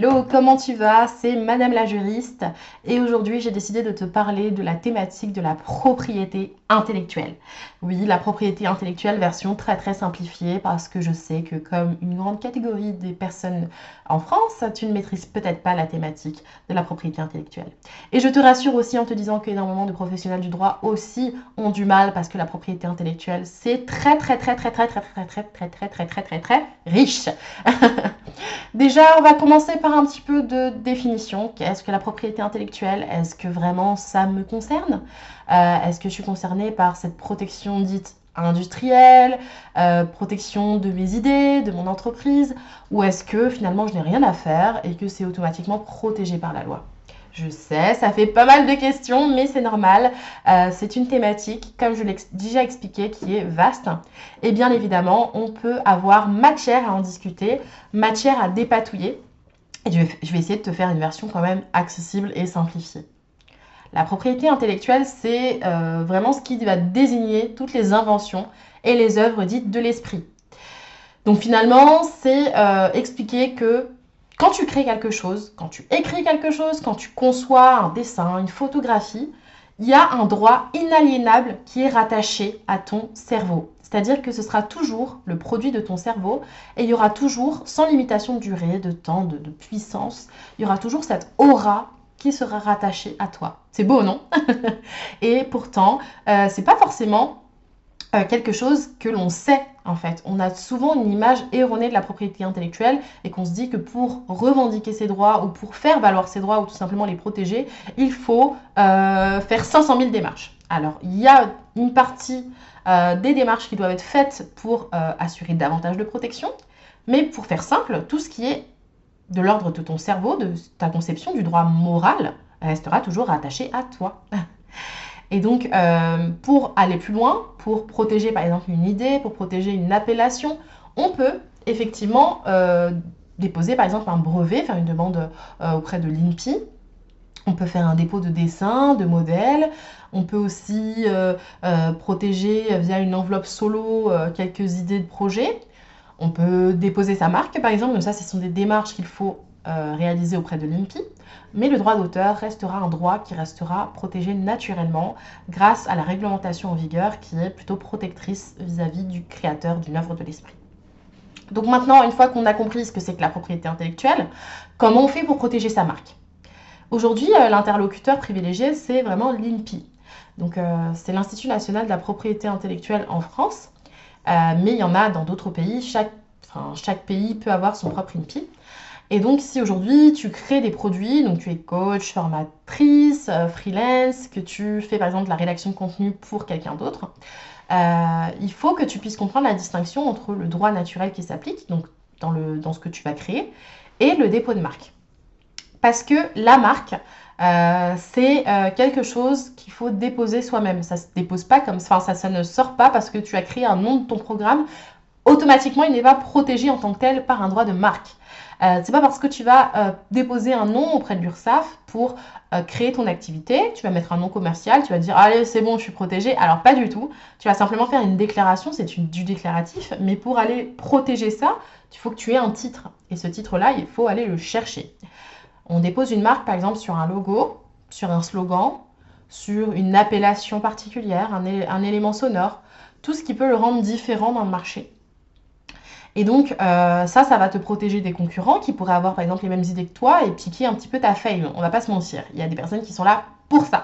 Hello, comment tu vas? C'est Madame la juriste et aujourd'hui j'ai décidé de te parler de la thématique de la propriété intellectuelle. Oui, la propriété intellectuelle version très simplifiée parce que je sais que comme une grande catégorie des personnes en France, tu ne maîtrises peut-être pas la thématique de la propriété intellectuelle. Et je te rassure aussi en te disant qu'énormément de professionnels du droit aussi ont du mal parce que la propriété intellectuelle c'est très riche. Déjà, on va commencer par un petit peu de définition. Qu'est-ce que la propriété intellectuelle? Est-ce que vraiment ça me concerne? Est-ce que je suis concernée par cette protection dite industrielle, protection de mes idées, de mon entreprise? Ou est-ce que finalement je n'ai rien à faire et que c'est automatiquement protégé par la loi? Je sais, ça fait pas mal de questions, mais c'est normal. C'est une thématique, comme je l'ai déjà expliqué, qui est vaste. Et bien évidemment, on peut avoir matière à en discuter, matière à dépatouiller. Et je vais essayer de te faire une version quand même accessible et simplifiée. La propriété intellectuelle, c'est vraiment ce qui va désigner toutes les inventions et les œuvres dites de l'esprit. Donc finalement, c'est expliquer que quand tu crées quelque chose, quand tu écris quelque chose, quand tu conçois un dessin, une photographie, il y a un droit inaliénable qui est rattaché à ton cerveau. C'est-à-dire que ce sera toujours le produit de ton cerveau et il y aura toujours, sans limitation de durée, de temps, de puissance, il y aura toujours cette aura qui sera rattachée à toi. C'est beau, non? Et pourtant, c'est pas forcément quelque chose que l'on sait en fait. On a souvent une image erronée de la propriété intellectuelle et qu'on se dit que pour revendiquer ses droits ou pour faire valoir ses droits ou tout simplement les protéger, il faut faire 500 000 démarches. Alors, il y a une partie des démarches qui doivent être faites pour assurer davantage de protection, mais pour faire simple, tout ce qui est de l'ordre de ton cerveau, de ta conception du droit moral, restera toujours rattaché à toi. Et donc, pour aller plus loin, pour protéger par exemple une idée, pour protéger une appellation, on peut effectivement déposer par exemple un brevet, faire une demande auprès de l'INPI. On peut faire un dépôt de dessin, de modèle. On peut aussi protéger via une enveloppe solo quelques idées de projet. On peut déposer sa marque par exemple, donc ça ce sont des démarches qu'il faut réaliser auprès de l'INPI, mais le droit d'auteur restera un droit qui restera protégé naturellement grâce à la réglementation en vigueur qui est plutôt protectrice vis-à-vis du créateur d'une œuvre de l'esprit. Donc maintenant, une fois qu'on a compris ce que c'est que la propriété intellectuelle, comment on fait pour protéger sa marque? Aujourd'hui, l'interlocuteur privilégié, c'est vraiment l'INPI. Donc c'est l'Institut national de la propriété intellectuelle en France, mais il y en a dans d'autres pays. Chaque pays peut avoir son propre INPI. Et donc, si aujourd'hui tu crées des produits, donc tu es coach, formatrice, freelance, que tu fais par exemple de la rédaction de contenu pour quelqu'un d'autre, il faut que tu puisses comprendre la distinction entre le droit naturel qui s'applique, donc dans ce que tu vas créer, et le dépôt de marque. Parce que la marque, c'est quelque chose qu'il faut déposer soi-même. Ça ne se dépose pas comme ça, ça ne sort pas parce que tu as créé un nom de ton programme. Automatiquement, il n'est pas protégé en tant que tel par un droit de marque. C'est pas parce que tu vas déposer un nom auprès de l'URSSAF pour créer ton activité, tu vas mettre un nom commercial, tu vas dire allez c'est bon je suis protégé. Alors pas du tout, tu vas simplement faire une déclaration, c'est du déclaratif, mais pour aller protéger ça, il faut que tu aies un titre. Et ce titre-là, il faut aller le chercher. On dépose une marque par exemple sur un logo, sur un slogan, sur une appellation particulière, un élément sonore, tout ce qui peut le rendre différent dans le marché. Et donc, ça va te protéger des concurrents qui pourraient avoir par exemple les mêmes idées que toi et piquer un petit peu ta fame. On va pas se mentir, il y a des personnes qui sont là pour ça.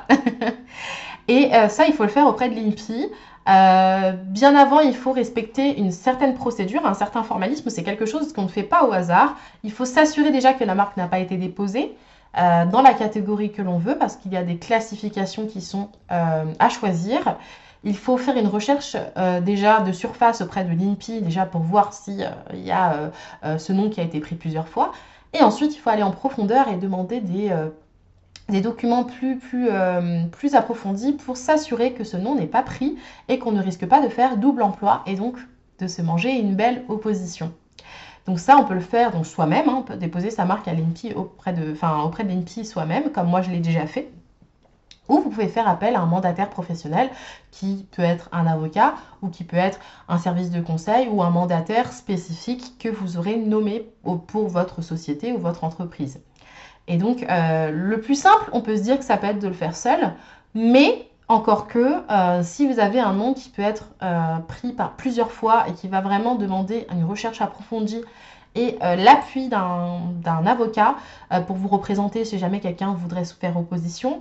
Et ça, il faut le faire auprès de l'INPI. Bien avant, il faut respecter une certaine procédure, un certain formalisme. C'est quelque chose qu'on ne fait pas au hasard. Il faut s'assurer déjà que la marque n'a pas été déposée dans la catégorie que l'on veut parce qu'il y a des classifications qui sont à choisir. Il faut faire une recherche déjà de surface auprès de l'INPI, déjà pour voir s'il y a ce nom qui a été pris plusieurs fois. Et ensuite, il faut aller en profondeur et demander des documents plus approfondis pour s'assurer que ce nom n'est pas pris et qu'on ne risque pas de faire double emploi et donc de se manger une belle opposition. Donc ça, on peut le faire donc soi-même, hein, on peut déposer sa marque à l'INPI auprès de l'INPI soi-même, comme moi je l'ai déjà fait. Ou vous pouvez faire appel à un mandataire professionnel qui peut être un avocat ou qui peut être un service de conseil ou un mandataire spécifique que vous aurez nommé pour votre société ou votre entreprise. Et donc, le plus simple, on peut se dire que ça peut être de le faire seul, mais encore que si vous avez un nom qui peut être pris par plusieurs fois et qui va vraiment demander une recherche approfondie et l'appui d'un avocat pour vous représenter si jamais quelqu'un voudrait se faire opposition,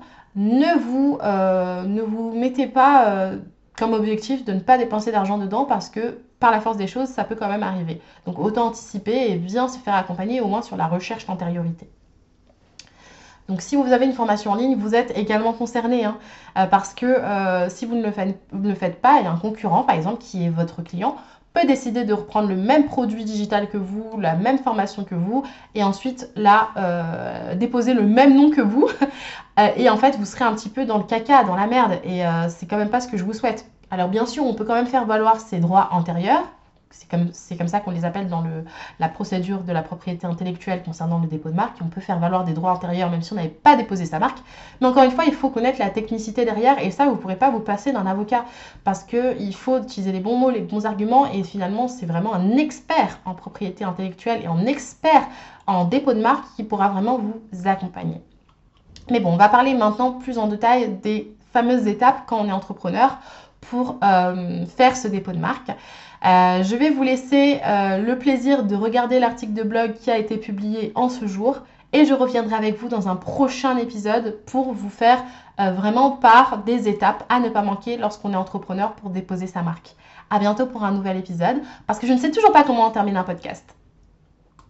ne vous mettez pas comme objectif de ne pas dépenser d'argent dedans parce que par la force des choses, ça peut quand même arriver. Donc autant anticiper et bien se faire accompagner au moins sur la recherche d'antériorité. Donc si vous avez une formation en ligne, vous êtes également concerné parce que si vous ne le faites pas, il y a un concurrent par exemple qui est votre client peut décider de reprendre le même produit digital que vous, la même formation que vous, et ensuite déposer le même nom que vous. Et en fait, vous serez un petit peu dans le caca, dans la merde, et c'est quand même pas ce que je vous souhaite. Alors bien sûr, on peut quand même faire valoir ses droits antérieurs. C'est comme ça qu'on les appelle dans la procédure de la propriété intellectuelle concernant le dépôt de marque. On peut faire valoir des droits antérieurs même si on n'avait pas déposé sa marque. Mais encore une fois, il faut connaître la technicité derrière et ça, vous ne pourrez pas vous passer d'un avocat parce qu'il faut utiliser les bons mots, les bons arguments et finalement, c'est vraiment un expert en propriété intellectuelle et un expert en dépôt de marque qui pourra vraiment vous accompagner. Mais bon, on va parler maintenant plus en détail des fameuses étapes quand on est entrepreneur pour faire ce dépôt de marque. Je vais vous laisser le plaisir de regarder l'article de blog qui a été publié en ce jour et je reviendrai avec vous dans un prochain épisode pour vous faire vraiment part des étapes à ne pas manquer lorsqu'on est entrepreneur pour déposer sa marque. À bientôt pour un nouvel épisode parce que je ne sais toujours pas comment on termine un podcast.